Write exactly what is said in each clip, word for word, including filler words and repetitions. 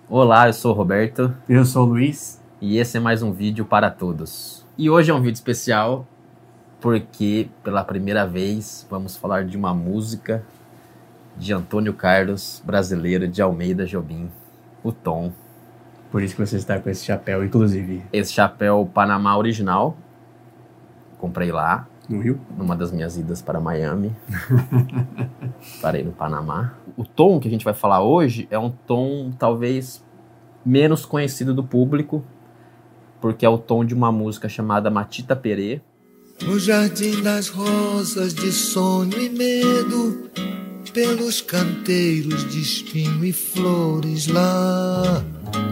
Olá, eu sou o Roberto. Eu sou o Luiz. E esse é mais um vídeo para todos. E hoje é um vídeo especial porque, pela primeira vez, vamos falar de uma música de Antônio Carlos, brasileiro de Almeida Jobim, o Tom. Por isso que você está com esse chapéu, inclusive. Esse chapéu Panamá original, comprei lá. No Rio? Numa das minhas idas para Miami. Parei no Panamá. O tom que a gente vai falar hoje é um tom talvez menos conhecido do público, porque é o tom de uma música chamada Matita Perê. No jardim das rosas de sonho e medo, pelos canteiros de espinho e flores lá.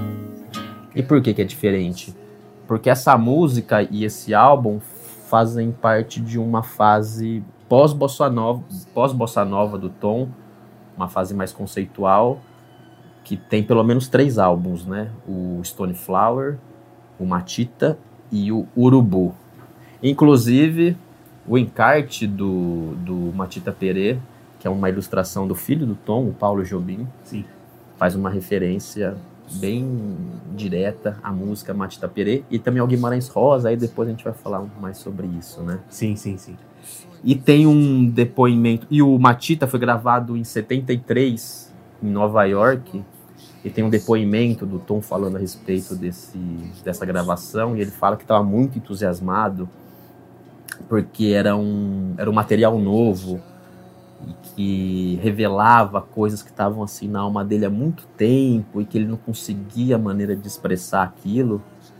E por que que é diferente? Porque essa música e esse álbum fazem parte de uma fase pós-bossa nova, pós-bossa nova do Tom, uma fase mais conceitual, que tem pelo menos três álbuns, né? O Stone Flower, o Matita e o Urubu. Inclusive, o encarte do, do Matita Perê, que é uma ilustração do filho do Tom, o Paulo Jobim, Sim. faz uma referência bem direta à música Matita Perê e também ao Guimarães Rosa, aí depois a gente vai falar mais sobre isso, né? Sim, sim, sim. E tem um depoimento, e o Matita foi gravado em setenta e três, em Nova York, e tem um depoimento do Tom falando a respeito desse, dessa gravação, e ele fala que estava muito entusiasmado, porque era um, era um material novo, e que revelava coisas que estavam assim na alma dele há muito tempo e que ele não conseguia a maneira de expressar aquilo,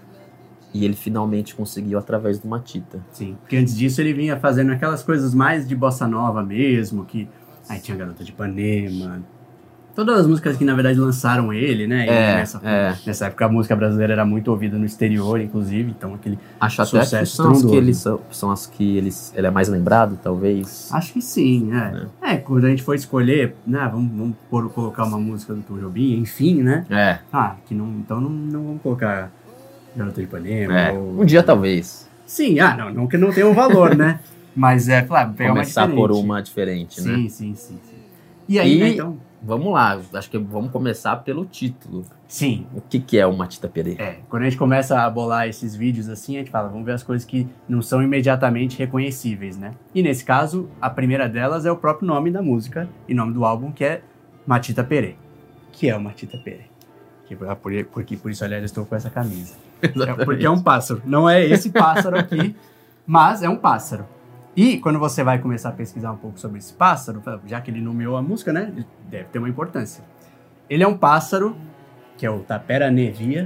e ele finalmente conseguiu através do Matita. Sim, porque antes disso ele vinha fazendo aquelas coisas mais de bossa nova mesmo, que aí tinha Garota de Ipanema, todas as músicas que na verdade lançaram ele, né? É, nessa, é. nessa época a música brasileira era muito ouvida no exterior, inclusive, então aquele Acho até que sucesso são as que, estrondoso. eles, são, são as que eles, ele é mais lembrado, talvez. Acho que sim, é. É, é quando a gente for escolher, né, vamos, vamos pôr, colocar uma música do Tom Jobim, enfim, né? É, Ah, que não, então não, não vamos colocar Garota de Ipanema. é. Ou... Um dia talvez. Sim, ah, não, não que não tenha um valor, né? Mas é, claro, pegar Começar uma diferente. por uma diferente, sim, né? Sim, sim, sim. E aí, E né, então... vamos lá, acho que vamos começar pelo título. Sim. O que, que é o Matita Perê? É, quando a gente começa a bolar esses vídeos assim, a gente fala, vamos ver as coisas que não são imediatamente reconhecíveis, né? E nesse caso, a primeira delas é o próprio nome da música e nome do álbum, que é Matita Perê. Que é o Matita Perê. Que, por, porque por isso, aliás, eu estou com essa camisa. É, porque é um pássaro. Não é esse pássaro aqui, mas é um pássaro. E quando você vai começar a pesquisar um pouco sobre esse pássaro, já que ele nomeou a música, né? Deve ter uma importância. Ele é um pássaro, que é o Tapera nevia,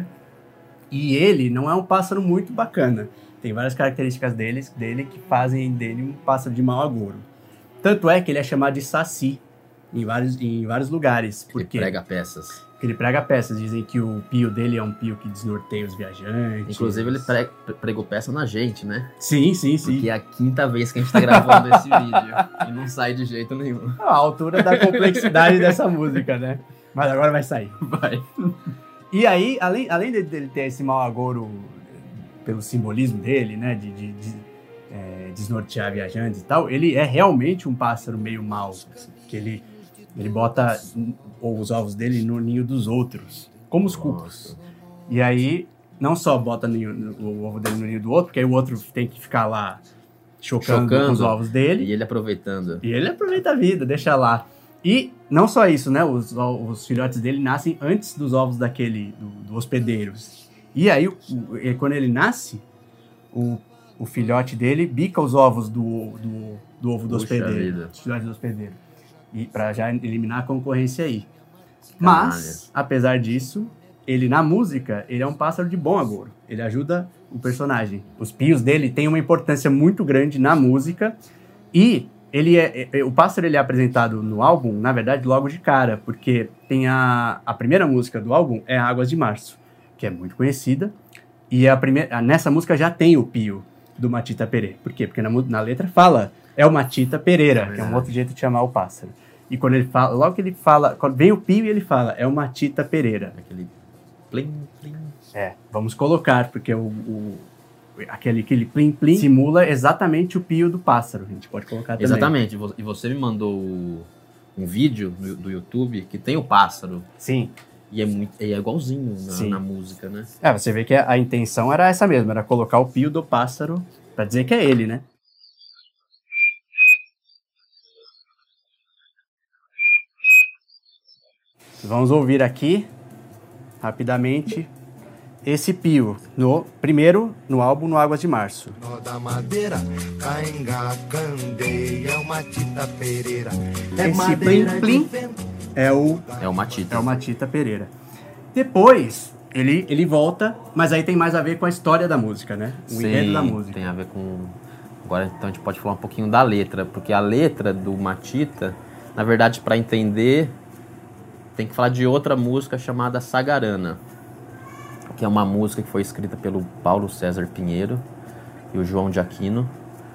e ele não é um pássaro muito bacana. Tem várias características dele, dele que fazem dele um pássaro de mau agouro. Tanto é que ele é chamado de saci em vários, em vários lugares. Porque Ele prega peças. Porque ele prega peças. Dizem que o pio dele é um pio que desnorteia os viajantes. Inclusive ele pre- pregou peça na gente, né? Sim, sim, sim. Porque é a quinta vez que a gente tá gravando esse vídeo e não sai de jeito nenhum. A altura da complexidade dessa música, né? Mas agora vai sair. Vai. E aí, além, além dele ter esse mau agouro pelo simbolismo dele, né? De, de, de é, desnortear viajantes e tal, ele é realmente um pássaro meio mau. Assim, que ele, ele bota os ovos dele no ninho dos outros, como os cucos. E aí, não só bota ninho, o ovo dele no ninho do outro, porque aí o outro tem que ficar lá chocando, Chocando. com os ovos dele. E ele aproveitando. E ele aproveita a vida, deixa lá. E não só isso, né? Os, os filhotes dele nascem antes dos ovos daquele, do, do hospedeiro. E aí, o, ele, quando ele nasce, o, o filhote dele bica os ovos do, do, do ovo do Puxa hospedeiro. vida. Os filhotes do hospedeiro. E para já eliminar a concorrência aí. Caralho. Mas, apesar disso, ele na música, ele é um pássaro de bom agouro. Ele ajuda o personagem. Os pios dele têm uma importância muito grande na música. E ele é, é, o pássaro ele é apresentado no álbum, na verdade, logo de cara. Porque tem a, a primeira música do álbum é Águas de Março, que é muito conhecida. E a primeira, nessa música já tem o pio do Matita Perê. Por quê? Porque na, na letra fala... É o Matita Pereira, é que é um outro jeito de chamar o pássaro. E quando ele fala, logo que ele fala, quando vem o pio e ele fala, é o Matita Pereira. Aquele plim, plim. É, vamos colocar, porque o, o, aquele, aquele plim, plim simula exatamente o pio do pássaro. A gente pode colocar também. Exatamente, e você me mandou um vídeo do YouTube que tem o pássaro. Sim. E é, muito, é igualzinho na, na música, né? É, você vê que a, a intenção era essa mesmo, era colocar o pio do pássaro pra dizer que é ele, né? Vamos ouvir aqui, rapidamente, esse pio, no, primeiro no álbum No Águas de Março. Nó da madeira, cainga, candeia, Matita Pereira. É Esse plim plim é o É o Matita. é o Matita Pereira. Depois ele ele volta, mas aí tem mais a ver com a história da música, né? O enredo da música. Tem a ver com. Agora então a gente pode falar um pouquinho da letra, porque a letra do Matita, na verdade, para entender, tem que falar de outra música chamada Sagarana, que é uma música que foi escrita pelo Paulo César Pinheiro e o João de Aquino.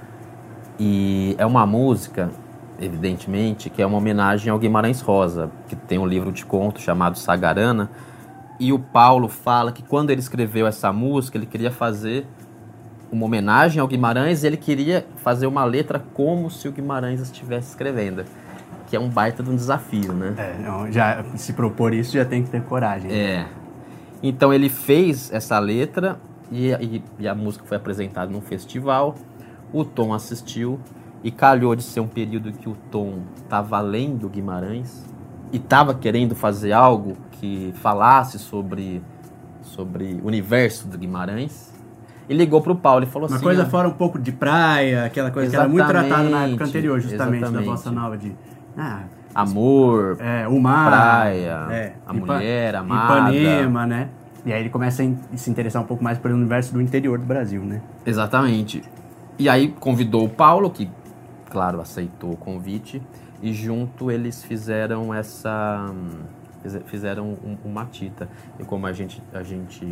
E é uma música, evidentemente, que é uma homenagem ao Guimarães Rosa, que tem um livro de contos chamado Sagarana. E o Paulo fala que quando ele escreveu essa música, ele queria fazer uma homenagem ao Guimarães e ele queria fazer uma letra como se o Guimarães estivesse escrevendo. Que é um baita de um desafio, né? É, não, já se propor isso já tem que ter coragem. Né? É. Então ele fez essa letra e, e, e a música foi apresentada num festival. O Tom assistiu e calhou de ser um período que o Tom estava lendo Guimarães e estava querendo fazer algo que falasse sobre, sobre o universo do Guimarães. E ligou para o Paulo e falou Uma assim... coisa ah, fora um pouco de praia, aquela coisa que era muito tratada na época anterior, justamente, exatamente. da Bossa Nova, de... Ah, amor, é, o mar, praia, é, a Ipa, mulher, a amada. Ipanema, né? E aí ele começa a in- se interessar um pouco mais pelo universo do interior do Brasil, né? Exatamente. E aí convidou o Paulo, que, claro, aceitou o convite, e junto eles fizeram essa... fizeram um, um Matita. E como a gente, a gente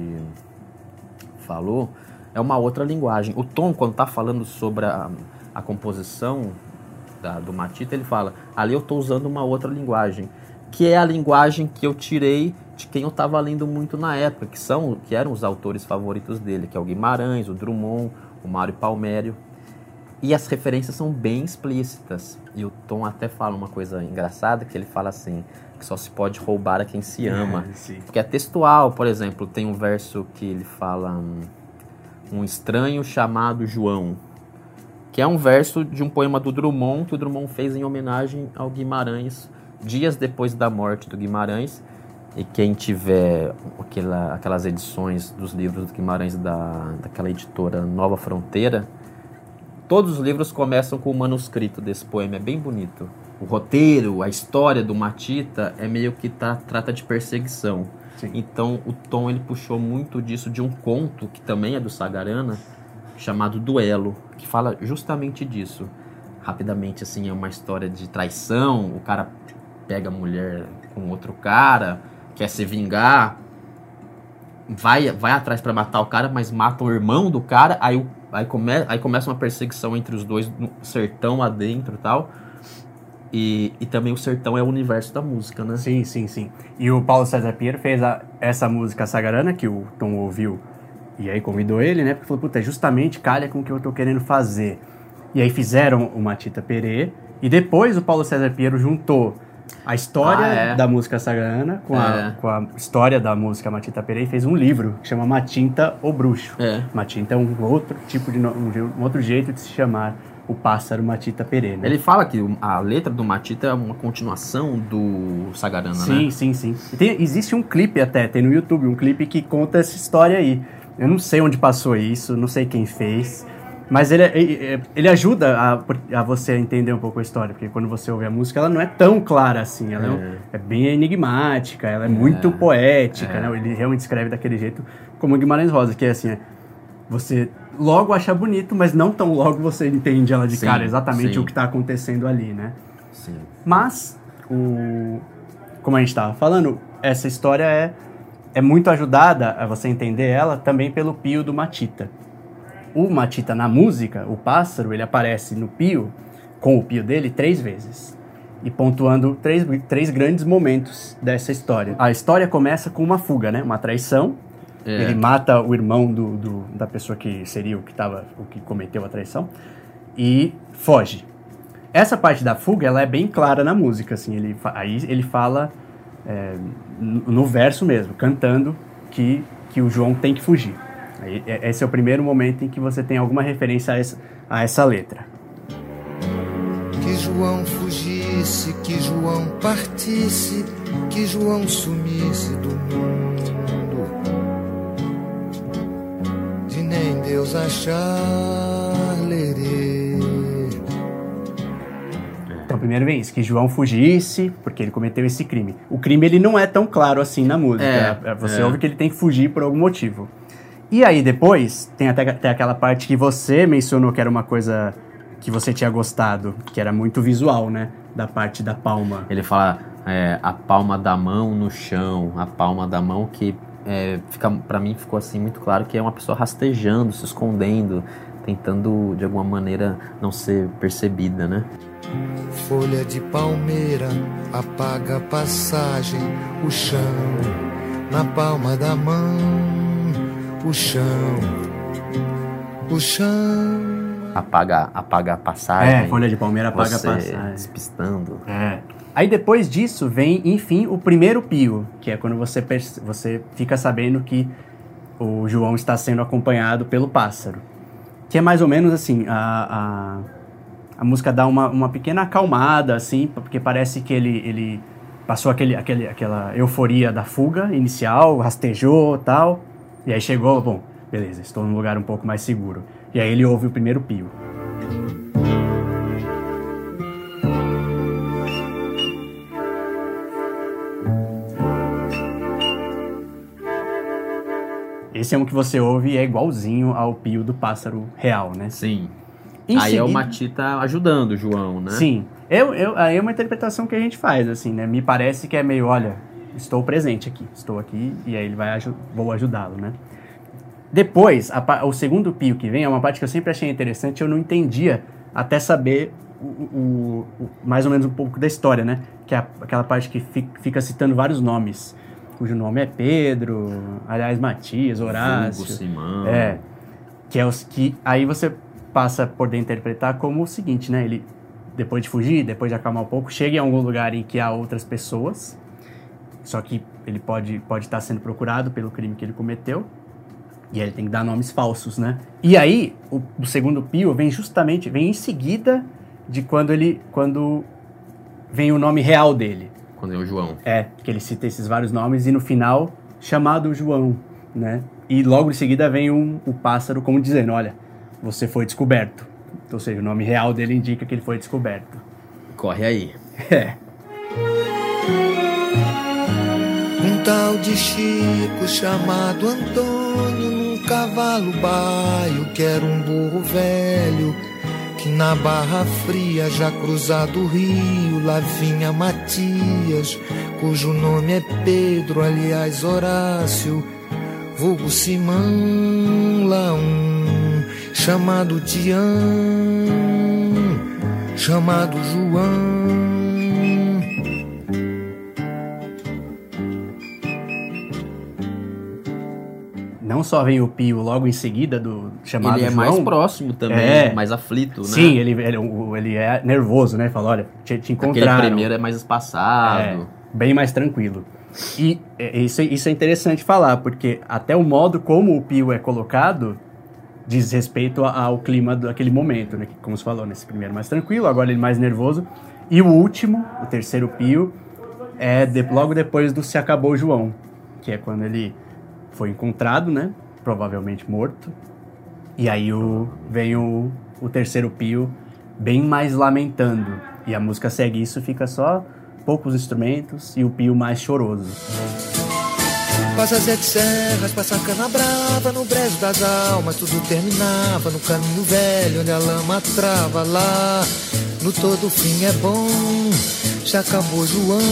falou, é uma outra linguagem. O Tom, quando está falando sobre a, a composição da, do Matita, ele fala, ali eu estou usando uma outra linguagem, que é a linguagem que eu tirei de quem eu estava lendo muito na época, que, são, que eram os autores favoritos dele, que é o Guimarães, o Drummond, o Mário Palmério. E as referências são bem explícitas. E o Tom até fala uma coisa engraçada, que ele fala assim, que só se pode roubar a quem se ama. É, porque é textual, por exemplo, tem um verso que ele fala um, um estranho chamado João, que é um verso de um poema do Drummond, que o Drummond fez em homenagem ao Guimarães, dias depois da morte do Guimarães. E quem tiver aquela, aquelas edições dos livros do Guimarães da, daquela editora Nova Fronteira, todos os livros começam com o manuscrito desse poema, é bem bonito. O roteiro, a história do Matita é meio que tá, trata de perseguição. Sim. Então o Tom ele puxou muito disso de um conto, que também é do Sagarana, chamado Duelo, que fala justamente disso. Rapidamente, assim, é uma história de traição, o cara pega a mulher com outro cara, quer se vingar, vai, vai atrás para matar o cara, mas mata o irmão do cara, aí, o, aí, come, aí começa uma perseguição entre os dois, no sertão adentro e tal. E, e também o sertão é o universo da música, né? Sim, sim, sim. E o Paulo César Pinheiro fez a, essa música Sagarana, que o Tom ouviu, e aí convidou ele, né? Porque falou, puta, justamente calha com o que eu tô querendo fazer. E aí fizeram o Matita Perê, e depois o Paulo César Pinheiro juntou a história ah, é. da música Sagarana com, é. a, com a história da música Matita Perê e fez um livro que chama Matinta o Bruxo. É. Matinta é um outro tipo de no, um outro jeito de se chamar o pássaro Matita Perê, né? Ele fala que a letra do Matita é uma continuação do Sagarana, sim, né? Sim, sim, sim. Existe um clipe até, tem no YouTube, um clipe que conta essa história aí. Eu não sei onde passou isso, não sei quem fez, mas ele, ele, ele ajuda a, a você entender um pouco a história, porque quando você ouve a música, ela não é tão clara assim, ela é, é, é bem enigmática, ela é, é muito poética, é. né? Ele realmente escreve daquele jeito como o Guimarães Rosa, que é assim, você logo acha bonito, mas não tão logo você entende ela de sim, cara, exatamente sim. o que está acontecendo ali, né? Sim. Mas, o, como a gente estava falando, essa história é, é muito ajudada a você entender ela também pelo pio do Matita. O Matita na música, o pássaro, ele aparece no pio, com o pio dele, três vezes. E pontuando três, três grandes momentos dessa história. A história começa com uma fuga, né? Uma traição. É. Ele mata o irmão do, do, da pessoa que seria o que, tava, o que cometeu a traição e foge. Essa parte da fuga, ela é bem clara na música, assim, ele, aí ele fala é, no verso mesmo, cantando que, que o João tem que fugir. Aí, esse é o primeiro momento em que você tem alguma referência a essa, a essa letra. Que João fugisse, que João partisse, que João sumisse do mundo, de nem Deus achar lerê. Então, primeiro vem isso, que João fugisse, porque ele cometeu esse crime. O crime, ele não é tão claro assim na música. É, você é. ouve que ele tem que fugir por algum motivo. E aí, depois, tem até, até aquela parte que você mencionou que era uma coisa que você tinha gostado, que era muito visual, né? Da parte da palma. Ele fala é, a palma da mão no chão, a palma da mão que, é, fica, pra mim, ficou assim muito claro que é uma pessoa rastejando, se escondendo, tentando, de alguma maneira, não ser percebida, né? Folha de palmeira apaga a passagem, o chão na palma da mão, o chão, o chão. Apaga, apaga a passagem. É, folha de palmeira apaga você a passagem. Despistando. É. Aí depois disso vem, enfim, o primeiro pio, que é quando você, perce- você fica sabendo que o João está sendo acompanhado pelo pássaro. Que é mais ou menos assim, a, a, a música dá uma, uma pequena acalmada, assim, porque parece que ele, ele passou aquele, aquele, aquela euforia da fuga inicial, rastejou e tal, e aí chegou, bom, beleza, estou num lugar um pouco mais seguro. E aí ele ouve o primeiro pio. Esse é um que você ouve e é igualzinho ao pio do pássaro real, né? Sim. Em Aí é o seguida- Matita ajudando o João, né? Sim. Eu, eu, aí é uma interpretação que a gente faz, assim, né? Me parece que é meio, olha, estou presente aqui, estou aqui, e aí ele vai aju- vou ajudá-lo, né? Depois, a pa- o segundo pio que vem é uma parte que eu sempre achei interessante, eu não entendia até saber o, o- o- mais ou menos um pouco da história, né? Que é a- aquela parte que fi- fica citando vários nomes, cujo nome é Pedro, aliás, Matias, Horácio. Vulgo Simão. É, que é os que aí você passa a poder interpretar como o seguinte, né? Ele, depois de fugir, depois de acalmar um pouco, chega em algum lugar em que há outras pessoas, só que ele pode, pode estar sendo procurado pelo crime que ele cometeu, e aí ele tem que dar nomes falsos, né? E aí, o, o segundo pio vem justamente, vem em seguida de quando ele, quando vem o nome real dele. Quando é o João. É, que ele cita esses vários nomes e no final, chamado João, né? E logo em seguida vem um, o pássaro como dizendo, olha, você foi descoberto. Ou seja, o nome real dele indica que ele foi descoberto. Corre aí. É. Um tal de Chico chamado Antônio, num cavalo baio, que era um burro velho, que na Barra Fria, já cruzado o rio, lá vinha Matias, cujo nome é Pedro, aliás Horácio, vulgo Simão, lá um chamado Tião, chamado João. Não só vem o pio logo em seguida do chamado Ele é João, mais próximo também, É. mais aflito, né? Sim, ele, ele, ele é nervoso, né? Fala, olha, te, te Aquele encontraram. primeiro é mais espaçado. É, bem mais tranquilo. E é, isso, isso é interessante falar, porque até o modo como o pio é colocado diz respeito a- ao clima daquele momento, né? Que, como você falou, nesse primeiro mais tranquilo, agora ele mais nervoso. E o último, o terceiro pio, é de- logo depois do Se Acabou João, que é quando ele foi encontrado, né? Provavelmente morto. E aí o, vem o, o terceiro pio bem mais lamentando. E a música segue isso, fica só poucos instrumentos e o pio mais choroso. Passa sete serras, passa cana brava, no brejo das almas tudo terminava, no caminho velho onde a lama trava lá, no todo o fim é bom, já acabou João.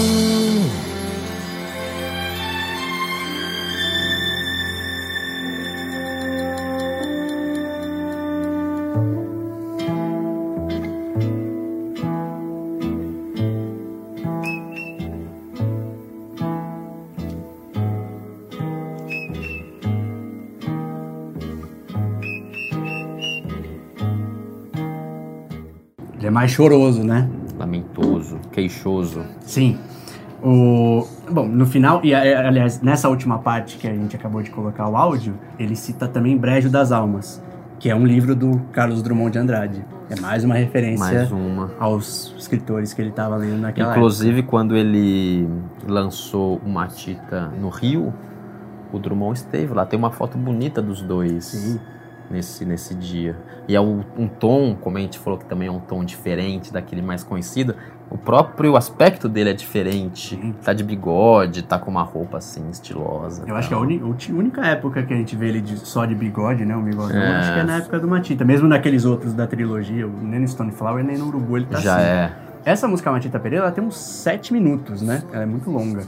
Ele é mais choroso, né? Lamentoso, queixoso. Sim. O, bom, no final, e aliás, nessa última parte que a gente acabou de colocar o áudio, ele cita também Brejo das Almas, que é um livro do Carlos Drummond de Andrade. É mais uma referência mais uma. aos escritores que ele estava lendo naquela Inclusive, época. quando ele lançou o Matita no Rio, o Drummond esteve lá. Tem uma foto bonita dos dois. Sim. Nesse, nesse dia. E é um, um tom, como a gente falou que também é um tom diferente daquele mais conhecido, o próprio aspecto dele é diferente. Sim. Tá de bigode, tá com uma roupa assim, estilosa. Eu acho que é a única, única época que a gente vê ele de, só de bigode, né, o bigodão, é. acho que é na época do Matita. Mesmo naqueles outros da trilogia, nem no Stoneflower, nem no Urubu ele tá Já assim. é. Essa música Matita Pereira, ela tem uns sete minutos, né? Ela é muito longa.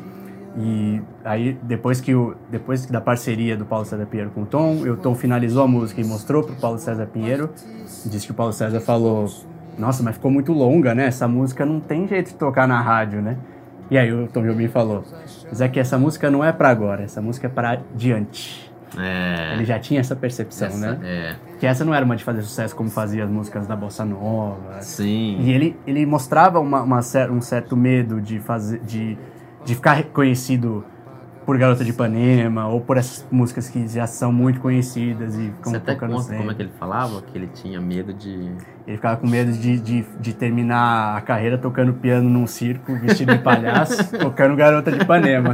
E aí, depois, que o, depois da parceria do Paulo César Pinheiro com o Tom, o Tom finalizou a música e mostrou pro Paulo César Pinheiro. Disse que o Paulo César falou: nossa, mas ficou muito longa, né? Essa música não tem jeito de tocar na rádio, né? E aí o Tom Jobim falou: mas é que essa música não é pra agora, essa música é pra adiante. É. Ele já tinha essa percepção, essa, né? É. Que essa não era uma de fazer sucesso como fazia as músicas da Bossa Nova. Sim. E ele, ele mostrava uma, uma, um certo medo de fazer... De, de ficar reconhecido por Garota de Ipanema ou por essas músicas que já são muito conhecidas e ficam Você até tocando conta sempre. como é que ele falava? Que ele tinha medo de... Ele ficava com medo de, de, de terminar a carreira tocando piano num circo, vestido de palhaço, tocando Garota de Ipanema.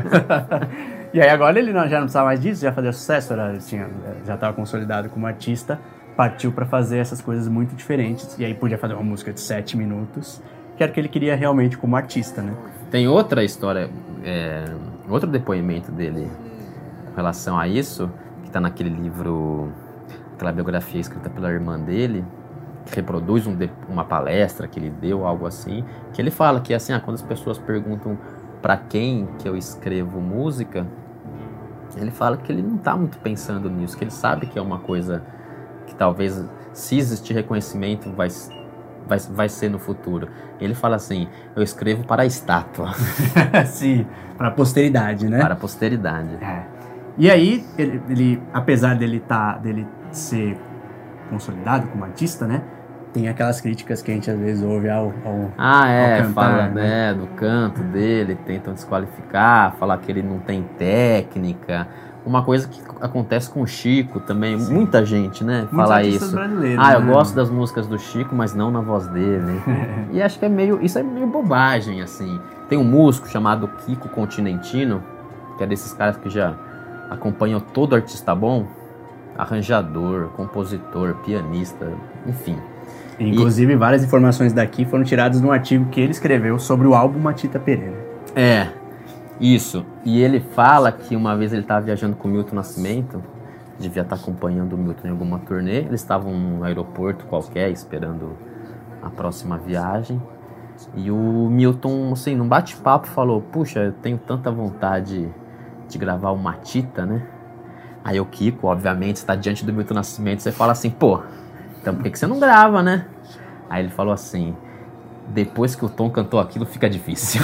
E aí agora ele não, já não precisava mais disso, já fazia sucesso, era, tinha, já estava consolidado como artista, partiu para fazer essas coisas muito diferentes, e aí podia fazer uma música de sete minutos, que era o que ele queria realmente como artista, né? Tem outra história, é, outro depoimento dele com relação a isso, que está naquele livro, aquela biografia escrita pela irmã dele, que reproduz um, uma palestra que ele deu, algo assim, que ele fala que assim, ah, quando as pessoas perguntam para quem que eu escrevo música, ele fala que ele não está muito pensando nisso, que ele sabe que é uma coisa que talvez, se existir reconhecimento, vai, vai, vai ser no futuro. Ele fala assim: eu escrevo para a estátua. Sim, para a posteridade, né? Para a posteridade. É. E aí, ele, ele apesar dele, tá, dele ser consolidado como artista, né? Tem aquelas críticas que a gente às vezes ouve ao, ao Ah, é, ao cantar, fala, né? né, do canto dele, tentam desqualificar, falar que ele não tem técnica. Uma coisa que acontece com o Chico também, Sim. muita gente, né, fala isso. Ah, eu né? gosto das músicas do Chico, mas não na voz dele. E acho que é meio, isso é meio bobagem, assim. Tem um músico chamado Kiko Continentino, que é desses caras que já acompanham todo artista bom, arranjador, compositor, pianista, enfim. Inclusive, e... várias informações daqui foram tiradas de um artigo que ele escreveu sobre o álbum Matita Pereira. É, isso. E ele fala que uma vez ele estava viajando com o Milton Nascimento, devia estar acompanhando o Milton em alguma turnê, eles estavam num aeroporto qualquer, esperando a próxima viagem, e o Milton, assim, num bate-papo falou: puxa, eu tenho tanta vontade de gravar o Matita, né? Aí o Kiko, obviamente, está diante do Milton Nascimento, você fala assim: pô, então por que, que você não grava, né? Aí ele falou assim: depois que o Tom cantou aquilo, fica difícil.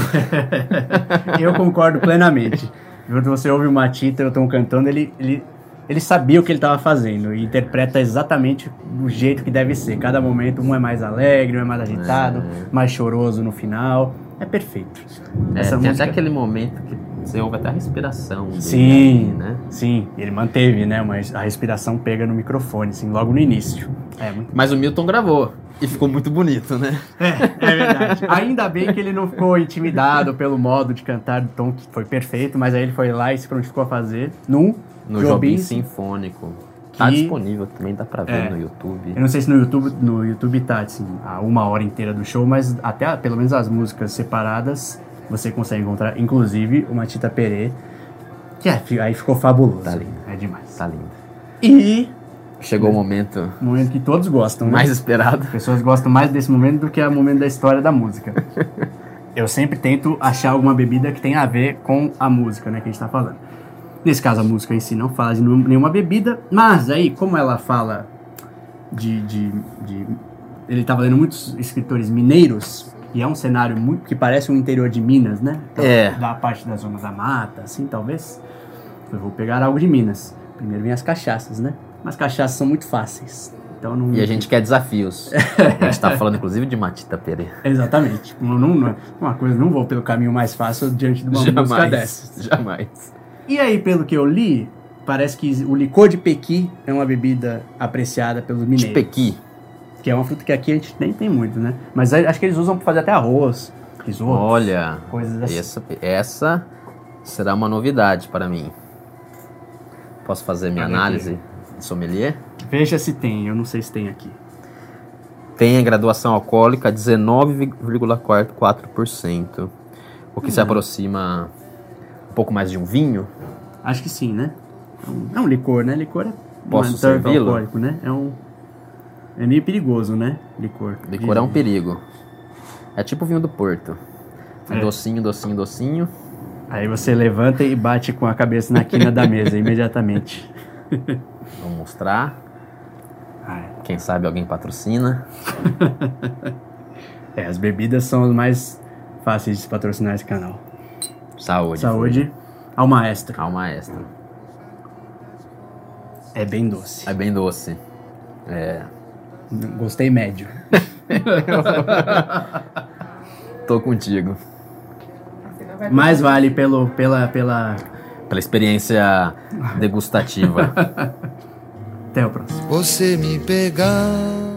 Eu concordo plenamente. Quando você ouve o Matita e o Tom cantando, ele, ele, ele sabia o que ele estava fazendo e interpreta exatamente do jeito que deve ser. Cada momento, um é mais alegre, um é mais agitado, é. mais choroso no final. É perfeito. É, Essa tem música... até aquele momento que você ouve até a respiração dele. Sim, ali, né? Sim. Ele manteve, né? Mas a respiração pega no microfone, assim, logo no início. É, muito... Mas o Milton gravou. E ficou muito bonito, né? É, é verdade. Ainda bem que ele não ficou intimidado pelo modo de cantar do Tom, que foi perfeito, mas aí ele foi lá e se prontificou a fazer num no Jobim Sinfônico. Que... Tá disponível também, dá pra ver é, no YouTube. Eu não sei se no YouTube, no YouTube tá, assim, a uma hora inteira do show, mas até pelo menos as músicas separadas você consegue encontrar, inclusive o Matita Pereira, que é, aí ficou fabuloso. Tá lindo. É demais. Tá lindo. E... chegou o momento... O momento que todos gostam, né? Mais esperado. As pessoas gostam mais desse momento do que o momento da história da música. Eu sempre tento achar alguma bebida que tenha a ver com a música, né, que a gente tá falando. Nesse caso, a música em si não fala de nenhuma bebida, mas aí, como ela fala de... de, de ele tava lendo muitos escritores mineiros, e é um cenário muito que parece um interior de Minas, né? Então, é. Da parte da zona da mata, assim, talvez. Eu vou pegar algo de Minas. Primeiro vem as cachaças, né? Mas cachaças são muito fáceis. Então não... E a gente quer desafios. A gente tá falando, inclusive, de Matita Pereira. Exatamente. Não, não, uma coisa, não vou pelo caminho mais fácil diante de uma jamais, música dessas. Jamais. E aí, pelo que eu li, parece que o licor de pequi é uma bebida apreciada pelos mineiros. De pequi. Que é uma fruta que aqui a gente nem tem muito, né? Mas acho que eles usam pra fazer até arroz, risoto. Olha, coisas assim. essa, essa será uma novidade para mim. Posso fazer minha Olha análise de sommelier? Veja se tem, eu não sei se tem aqui. Tem a graduação alcoólica dezenove vírgula quatro por cento, o que hum. se aproxima um pouco mais de um vinho. Acho que sim, né? É um, é um licor, né? Licor é Posso um servi-lo? alcoólico, né? É um é meio perigoso, né? Licor. Licor é um perigo. É tipo vinho do Porto. É. Docinho, docinho, docinho. Aí você levanta e bate com a cabeça na quina da mesa imediatamente. Vou mostrar. Ai. Quem sabe alguém patrocina. É, as bebidas são as mais fáceis de patrocinar esse canal. Saúde. Saúde ao maestro. Ao maestro. É bem doce. É bem doce. É. Gostei médio. Tô contigo. Mais vale pelo, pela, pela... Pela experiência degustativa. Até o próximo. Você me pegar